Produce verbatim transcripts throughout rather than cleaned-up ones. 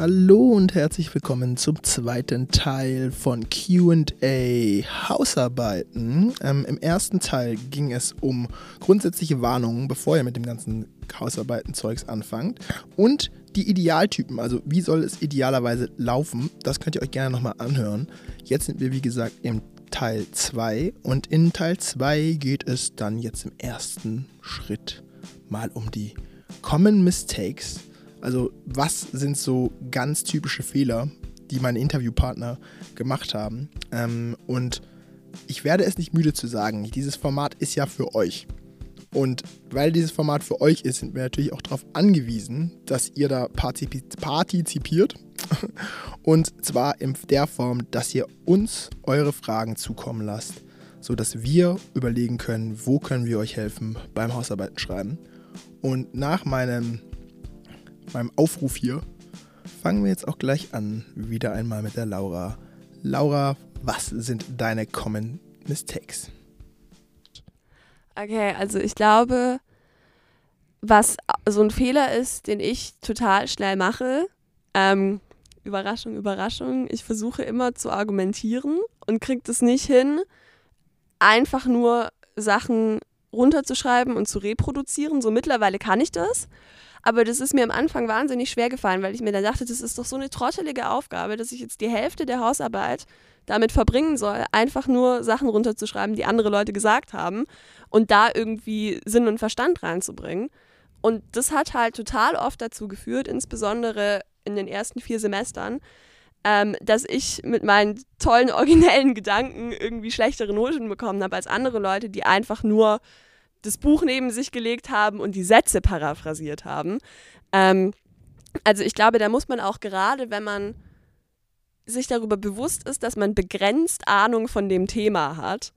Hallo und herzlich willkommen zum zweiten Teil von Q und A Hausarbeiten. Ähm, Im ersten Teil ging es um grundsätzliche Warnungen, bevor ihr mit dem ganzen Hausarbeiten-Zeugs anfangt. Und die Idealtypen, also wie soll es idealerweise laufen, das könnt ihr euch gerne nochmal anhören. Jetzt sind wir, wie gesagt, im Teil zwei und in Teil zwei geht es dann jetzt im ersten Schritt mal um die Common Mistakes. Also was sind so ganz typische Fehler, die meine Interviewpartner gemacht haben. Ähm, und ich werde es nicht müde zu sagen, dieses Format ist ja für euch. Und weil dieses Format für euch ist, sind wir natürlich auch darauf angewiesen, dass ihr da partizip- partizipiert. Und zwar in der Form, dass ihr uns eure Fragen zukommen lasst, sodass wir überlegen können, wo können wir euch helfen beim Hausarbeiten schreiben. Und nach meinem meinem Aufruf hier, fangen wir jetzt auch gleich an, wieder einmal mit der Laura. Laura, was sind deine Common Mistakes? Okay, also ich glaube, was so ein Fehler ist, den ich total schnell mache, ähm, Überraschung, Überraschung, ich versuche immer zu argumentieren und kriege das nicht hin, einfach nur Sachen runterzuschreiben und zu reproduzieren. So mittlerweile kann ich das. Aber das ist mir am Anfang wahnsinnig schwer gefallen, weil ich mir dann dachte, das ist doch so eine trottelige Aufgabe, dass ich jetzt die Hälfte der Hausarbeit damit verbringen soll, einfach nur Sachen runterzuschreiben, die andere Leute gesagt haben und da irgendwie Sinn und Verstand reinzubringen. Und das hat halt total oft dazu geführt, insbesondere in den ersten vier Semestern, ähm, dass ich mit meinen tollen, originellen Gedanken irgendwie schlechtere Noten bekommen habe als andere Leute, die einfach nur das Buch neben sich gelegt haben und die Sätze paraphrasiert haben. Ähm, also ich glaube, da muss man auch gerade, wenn man sich darüber bewusst ist, dass man begrenzt Ahnung von dem Thema hat,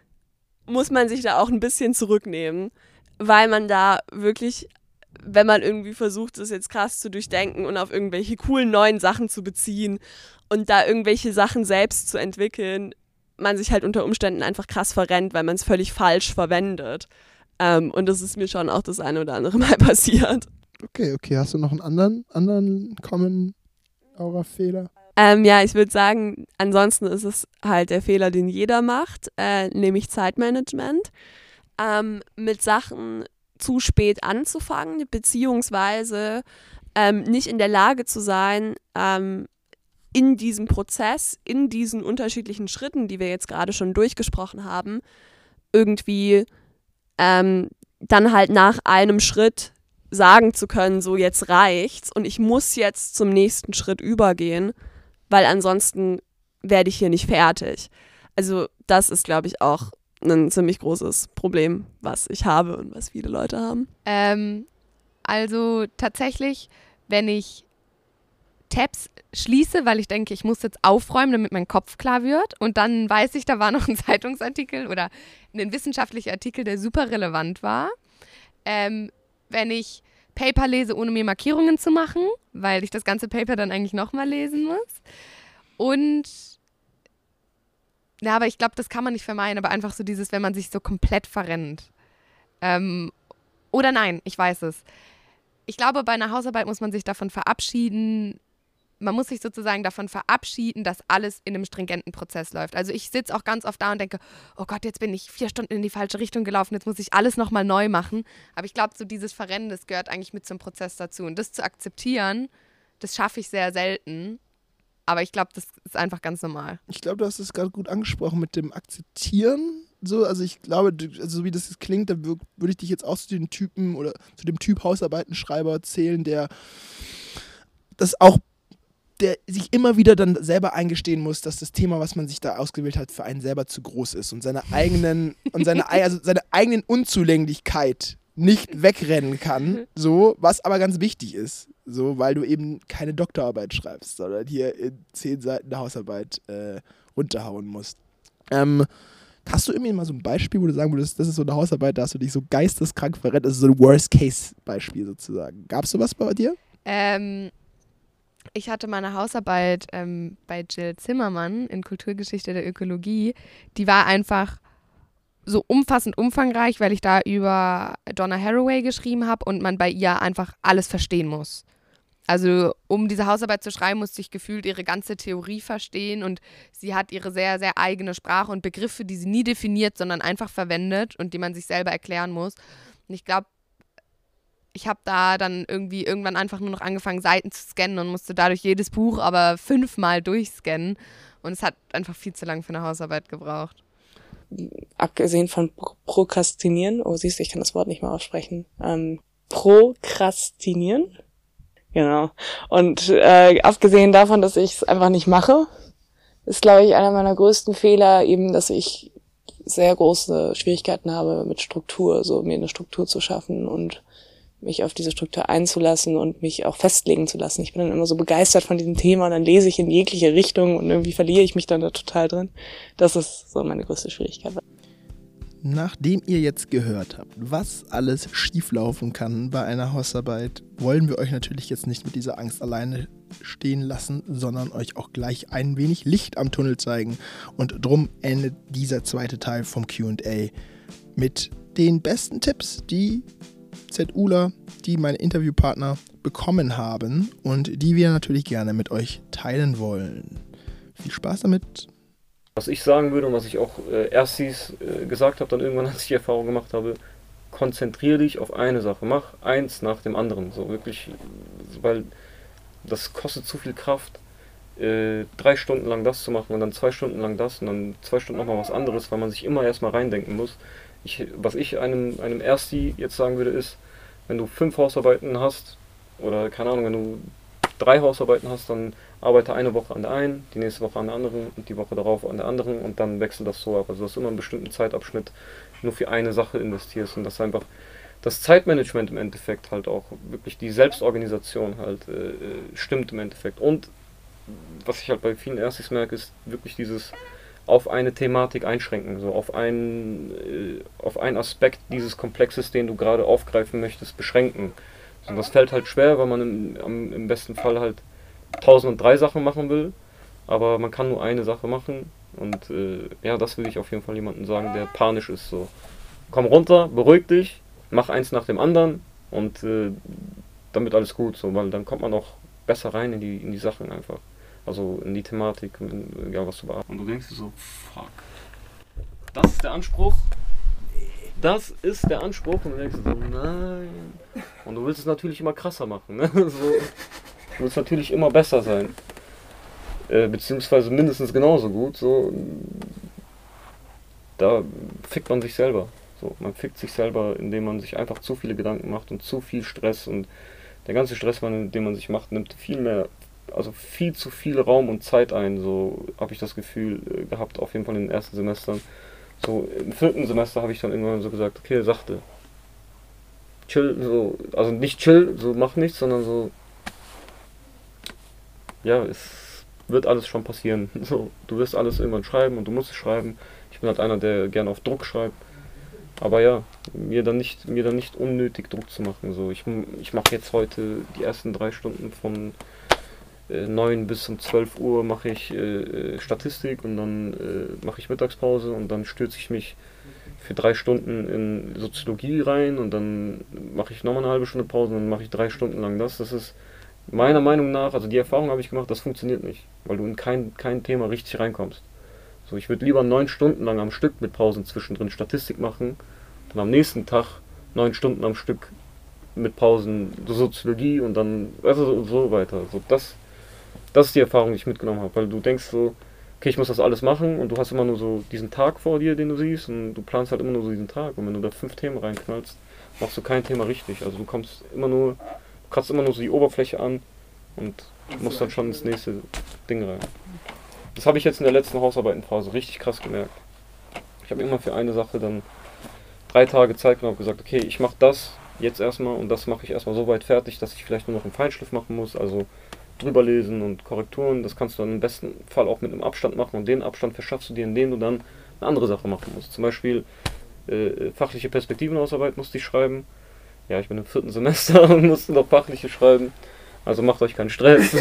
muss man sich da auch ein bisschen zurücknehmen, weil man da wirklich, wenn man irgendwie versucht, das jetzt krass zu durchdenken und auf irgendwelche coolen neuen Sachen zu beziehen und da irgendwelche Sachen selbst zu entwickeln, man sich halt unter Umständen einfach krass verrennt, weil man es völlig falsch verwendet. Ähm, und das ist mir schon auch das eine oder andere Mal passiert. Okay, okay. Hast du noch einen anderen, anderen Common Aura-Fehler? Ähm, ja, ich würde sagen, ansonsten ist es halt der Fehler, den jeder macht, äh, nämlich Zeitmanagement. Ähm, mit Sachen zu spät anzufangen, beziehungsweise ähm, nicht in der Lage zu sein, ähm, in diesem Prozess, in diesen unterschiedlichen Schritten, die wir jetzt gerade schon durchgesprochen haben, irgendwie Ähm, dann halt nach einem Schritt sagen zu können, so jetzt reicht's und ich muss jetzt zum nächsten Schritt übergehen, weil ansonsten werde ich hier nicht fertig. Also das ist, glaube ich, auch ein ziemlich großes Problem, was ich habe und was viele Leute haben. Ähm, also tatsächlich, wenn ich Tabs schließe, weil ich denke, ich muss jetzt aufräumen, damit mein Kopf klar wird. Und dann weiß ich, da war noch ein Zeitungsartikel oder ein wissenschaftlicher Artikel, der super relevant war. Ähm, wenn ich Paper lese, ohne mir Markierungen zu machen, weil ich das ganze Paper dann eigentlich nochmal lesen muss. Und, ja, aber ich glaube, das kann man nicht vermeiden, aber einfach so dieses, wenn man sich so komplett verrennt. Ähm, oder nein, ich weiß es. Ich glaube, bei einer Hausarbeit muss man sich davon verabschieden, man muss sich sozusagen davon verabschieden, dass alles in einem stringenten Prozess läuft. Also ich sitze auch ganz oft da und denke, oh Gott, jetzt bin ich vier Stunden in die falsche Richtung gelaufen, jetzt muss ich alles nochmal neu machen. Aber ich glaube, so dieses Verrennen, das gehört eigentlich mit zum Prozess dazu. Und das zu akzeptieren, das schaffe ich sehr selten. Aber ich glaube, das ist einfach ganz normal. Ich glaube, du hast es gerade gut angesprochen mit dem Akzeptieren. So, also ich glaube, also so wie das jetzt klingt, da würde ich dich jetzt auch zu den Typen oder zu dem Typ Hausarbeitenschreiber zählen, der das auch der sich immer wieder dann selber eingestehen muss, dass das Thema, was man sich da ausgewählt hat, für einen selber zu groß ist und seine eigenen und seine, also seine eigenen Unzulänglichkeit nicht wegrennen kann, so, was aber ganz wichtig ist, so, weil du eben keine Doktorarbeit schreibst, sondern hier in zehn Seiten der Hausarbeit äh, runterhauen musst. Ähm, hast du irgendwie mal so ein Beispiel, wo du sagen würdest, das ist so eine Hausarbeit, da hast du dich so geisteskrank verrennt, also so ein Worst-Case-Beispiel sozusagen. Gab es sowas bei dir? Ähm, ich hatte meine Hausarbeit ähm, bei Jill Zimmermann in Kulturgeschichte der Ökologie. Die war einfach so umfassend umfangreich, weil ich da über Donna Haraway geschrieben habe und man bei ihr einfach alles verstehen muss. Also um diese Hausarbeit zu schreiben, musste ich gefühlt ihre ganze Theorie verstehen und sie hat ihre sehr, sehr eigene Sprache und Begriffe, die sie nie definiert, sondern einfach verwendet und die man sich selber erklären muss. Und ich glaube, ich habe da dann irgendwie irgendwann einfach nur noch angefangen, Seiten zu scannen und musste dadurch jedes Buch aber fünfmal durchscannen. Und es hat einfach viel zu lange für eine Hausarbeit gebraucht. Abgesehen von Pro- Prokrastinieren, oh siehst du, ich kann das Wort nicht mehr aussprechen, ähm, Prokrastinieren, genau, und äh, abgesehen davon, dass ich es einfach nicht mache, ist, glaube ich, einer meiner größten Fehler eben, dass ich sehr große Schwierigkeiten habe mit Struktur, so mir eine Struktur zu schaffen und mich auf diese Struktur einzulassen und mich auch festlegen zu lassen. Ich bin dann immer so begeistert von diesem Thema und dann lese ich in jegliche Richtung und irgendwie verliere ich mich dann da total drin. Das ist so meine größte Schwierigkeit. Nachdem ihr jetzt gehört habt, was alles schieflaufen kann bei einer Hausarbeit, wollen wir euch natürlich jetzt nicht mit dieser Angst alleine stehen lassen, sondern euch auch gleich ein wenig Licht am Tunnel zeigen. Und drum endet dieser zweite Teil vom Q und A mit den besten Tipps, die ZUler, die meine Interviewpartner bekommen haben und die wir natürlich gerne mit euch teilen wollen. Viel Spaß damit! Was ich sagen würde und was ich auch äh, Erstis äh, gesagt habe, dann irgendwann, als ich die Erfahrung gemacht habe, konzentriere dich auf eine Sache, mach eins nach dem anderen, so wirklich, weil das kostet zu viel Kraft, äh, drei Stunden lang das zu machen und dann zwei Stunden lang das und dann zwei Stunden nochmal was anderes, weil man sich immer erstmal reindenken muss. Ich, was ich einem, einem Ersti jetzt sagen würde ist, wenn du fünf Hausarbeiten hast, oder keine Ahnung, wenn du drei Hausarbeiten hast, dann arbeite eine Woche an der einen, die nächste Woche an der anderen und die Woche darauf an der anderen und dann wechsel das so ab. Also dass du immer einen bestimmten Zeitabschnitt nur für eine Sache investierst und dass einfach das Zeitmanagement im Endeffekt halt auch wirklich die Selbstorganisation halt äh, stimmt im Endeffekt. Und was ich halt bei vielen Erstis merke, ist wirklich dieses auf eine Thematik einschränken, so auf einen, äh, auf einen Aspekt dieses Komplexes, den du gerade aufgreifen möchtest, beschränken. Und das fällt halt schwer, weil man im, am, im besten Fall halt tausend und drei Sachen machen will, aber man kann nur eine Sache machen und äh, ja, das will ich auf jeden Fall jemandem sagen, der panisch ist. So, komm runter, beruhig dich, mach eins nach dem anderen und äh, damit alles gut, so, weil dann kommt man auch besser rein in die, in die Sachen einfach. Also in die Thematik, in, ja, was du bearbeiten. Und du denkst dir so, fuck, das ist der Anspruch, das ist der Anspruch und du denkst dir so, nein. Und du willst es natürlich immer krasser machen, ne? So, du willst natürlich immer besser sein. Äh, beziehungsweise mindestens genauso gut, so. Da fickt man sich selber. So, man fickt sich selber, indem man sich einfach zu viele Gedanken macht und zu viel Stress und der ganze Stress, den man sich macht, nimmt viel mehr, also viel zu viel Raum und Zeit ein, so habe ich das Gefühl äh, gehabt, auf jeden Fall in den ersten Semestern. So im vierten Semester habe ich dann irgendwann so gesagt, okay, sachte, chill, so, also nicht chill, so mach nichts, sondern so, ja, es wird alles schon passieren. So, du wirst alles irgendwann schreiben und du musst es schreiben. Ich bin halt einer, der gerne auf Druck schreibt. Aber ja, mir dann nicht, mir dann nicht unnötig Druck zu machen. So, ich, ich mache jetzt heute die ersten drei Stunden von äh, neun bis um zwölf Uhr mache ich äh, Statistik und dann äh, mache ich Mittagspause und dann stürze ich mich für drei Stunden in Soziologie rein und dann mache ich nochmal eine halbe Stunde Pause und dann mache ich drei Stunden lang das. Das ist meiner Meinung nach, also die Erfahrung habe ich gemacht, das funktioniert nicht, weil du in kein, kein Thema richtig reinkommst. So, ich würde lieber neun Stunden lang am Stück mit Pausen zwischendrin Statistik machen, dann am nächsten Tag neun Stunden am Stück mit Pausen Soziologie und dann also so, so weiter. So, das, das ist die Erfahrung, die ich mitgenommen habe, weil du denkst so, okay, ich muss das alles machen und du hast immer nur so diesen Tag vor dir, den du siehst und du planst halt immer nur so diesen Tag und wenn du da fünf Themen reinknallst, machst du kein Thema richtig. Also du kommst immer nur, du kratzt immer nur so die Oberfläche an und musst dann schon ins nächste Ding rein. Das habe ich jetzt in der letzten Hausarbeitenphase richtig krass gemerkt. Ich habe immer für eine Sache dann drei Tage Zeit genommen und gesagt, okay, ich mache das jetzt erstmal und das mache ich erstmal so weit fertig, dass ich vielleicht nur noch einen Feinschliff machen muss, also drüber lesen und Korrekturen. Das kannst du dann im besten Fall auch mit einem Abstand machen und den Abstand verschaffst du dir, indem du dann eine andere Sache machen musst. Zum Beispiel äh, fachliche Perspektivenausarbeit musste ich schreiben. Ja, ich bin im vierten Semester und musste noch fachliche schreiben, also macht euch keinen Stress.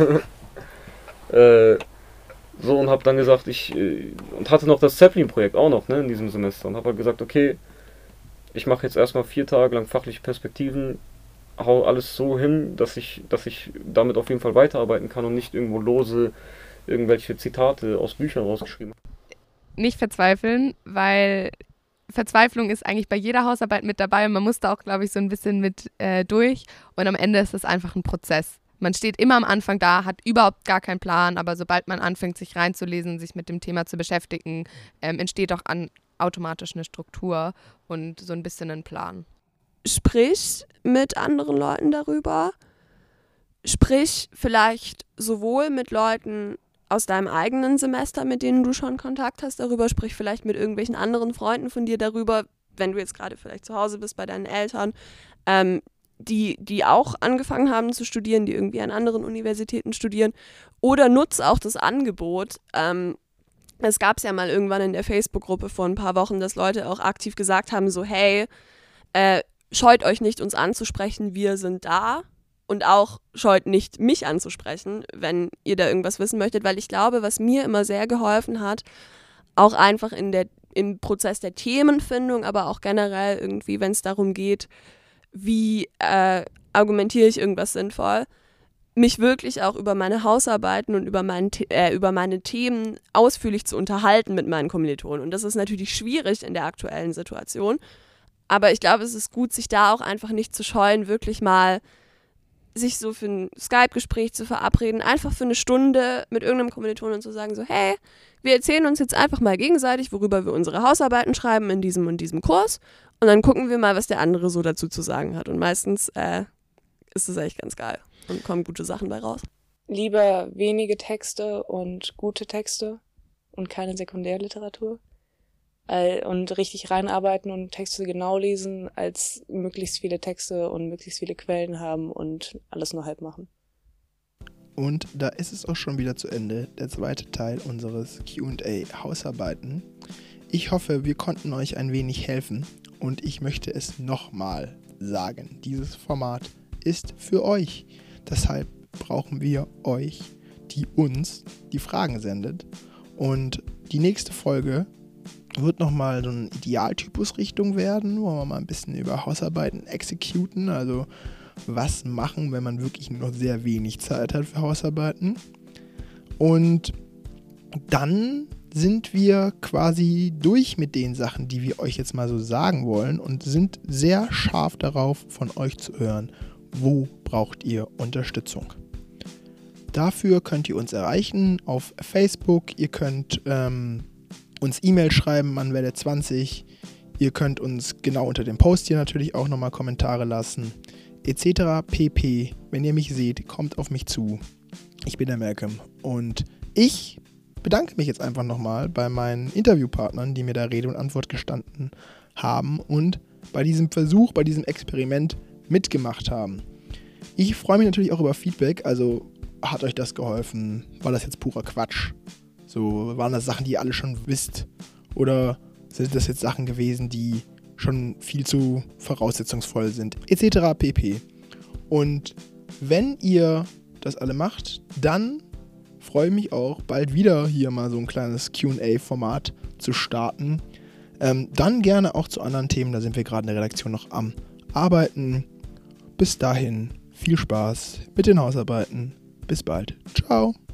äh, So, und habe dann gesagt, ich, äh, und hatte noch das Zeppelin-Projekt auch noch, ne, in diesem Semester. Und habe halt gesagt, okay, ich mache jetzt erstmal vier Tage lang fachliche Perspektiven, hau alles so hin, dass ich, dass ich damit auf jeden Fall weiterarbeiten kann und nicht irgendwo lose irgendwelche Zitate aus Büchern rausgeschrieben habe. Nicht verzweifeln, weil Verzweiflung ist eigentlich bei jeder Hausarbeit mit dabei und man muss da auch, glaube ich, so ein bisschen mit äh, durch und am Ende ist es einfach ein Prozess. Man steht immer am Anfang da, hat überhaupt gar keinen Plan, aber sobald man anfängt, sich reinzulesen, sich mit dem Thema zu beschäftigen, ähm, entsteht auch an, automatisch eine Struktur und so ein bisschen ein Plan. Sprich mit anderen Leuten darüber. Sprich vielleicht sowohl mit Leuten aus deinem eigenen Semester, mit denen du schon Kontakt hast, darüber, sprich vielleicht mit irgendwelchen anderen Freunden von dir darüber, wenn du jetzt gerade vielleicht zu Hause bist bei deinen Eltern, ähm, die, die auch angefangen haben zu studieren, die irgendwie an anderen Universitäten studieren, oder nutz auch das Angebot. Ähm, es gab es ja mal irgendwann in der Facebook-Gruppe vor ein paar Wochen, dass Leute auch aktiv gesagt haben, so hey, äh, scheut euch nicht, uns anzusprechen, wir sind da. Und auch scheut nicht, mich anzusprechen, wenn ihr da irgendwas wissen möchtet, weil ich glaube, was mir immer sehr geholfen hat, auch einfach in der, im Prozess der Themenfindung, aber auch generell irgendwie, wenn es darum geht, wie äh, argumentiere ich irgendwas sinnvoll, mich wirklich auch über meine Hausarbeiten und über, mein, äh, über meine Themen ausführlich zu unterhalten mit meinen Kommilitonen. Und das ist natürlich schwierig in der aktuellen Situation, aber ich glaube, es ist gut, sich da auch einfach nicht zu scheuen, wirklich mal sich so für ein Skype-Gespräch zu verabreden, einfach für eine Stunde mit irgendeinem Kommilitonen und zu sagen so, hey, wir erzählen uns jetzt einfach mal gegenseitig, worüber wir unsere Hausarbeiten schreiben in diesem und diesem Kurs und dann gucken wir mal, was der andere so dazu zu sagen hat. Und meistens äh, ist das echt ganz geil und kommen gute Sachen bei raus. Lieber wenige Texte und gute Texte und keine Sekundärliteratur. Und richtig reinarbeiten und Texte genau lesen, als möglichst viele Texte und möglichst viele Quellen haben und alles nur halb machen. Und da ist es auch schon wieder zu Ende, der zweite Teil unseres Q und A Hausarbeiten. Ich hoffe, wir konnten euch ein wenig helfen und ich möchte es nochmal sagen. Dieses Format ist für euch. Deshalb brauchen wir euch, die uns die Fragen sendet. Und die nächste Folge wird nochmal so eine Idealtypus-Richtung werden, wo wir mal ein bisschen über Hausarbeiten exekuten, also was machen, wenn man wirklich nur noch sehr wenig Zeit hat für Hausarbeiten. Und dann sind wir quasi durch mit den Sachen, die wir euch jetzt mal so sagen wollen und sind sehr scharf darauf, von euch zu hören, wo braucht ihr Unterstützung. Dafür könnt ihr uns erreichen auf Facebook, ihr könnt ähm, uns E-Mail schreiben an welle zwanzig. Ihr könnt uns genau unter dem Post hier natürlich auch nochmal Kommentare lassen. Etc. pp. Wenn ihr mich seht, kommt auf mich zu. Ich bin der Malcolm. Und ich bedanke mich jetzt einfach nochmal bei meinen Interviewpartnern, die mir da Rede und Antwort gestanden haben und bei diesem Versuch, bei diesem Experiment mitgemacht haben. Ich freue mich natürlich auch über Feedback. Also hat euch das geholfen? War das jetzt purer Quatsch? So, waren das Sachen, die ihr alle schon wisst? Oder sind das jetzt Sachen gewesen, die schon viel zu voraussetzungsvoll sind? Etc. pp. Und wenn ihr das alle macht, dann freue ich mich auch, bald wieder hier mal so ein kleines Q und A-Format zu starten. Ähm, dann gerne auch zu anderen Themen, da sind wir gerade in der Redaktion noch am Arbeiten. Bis dahin, viel Spaß mit den Hausarbeiten. Bis bald. Ciao.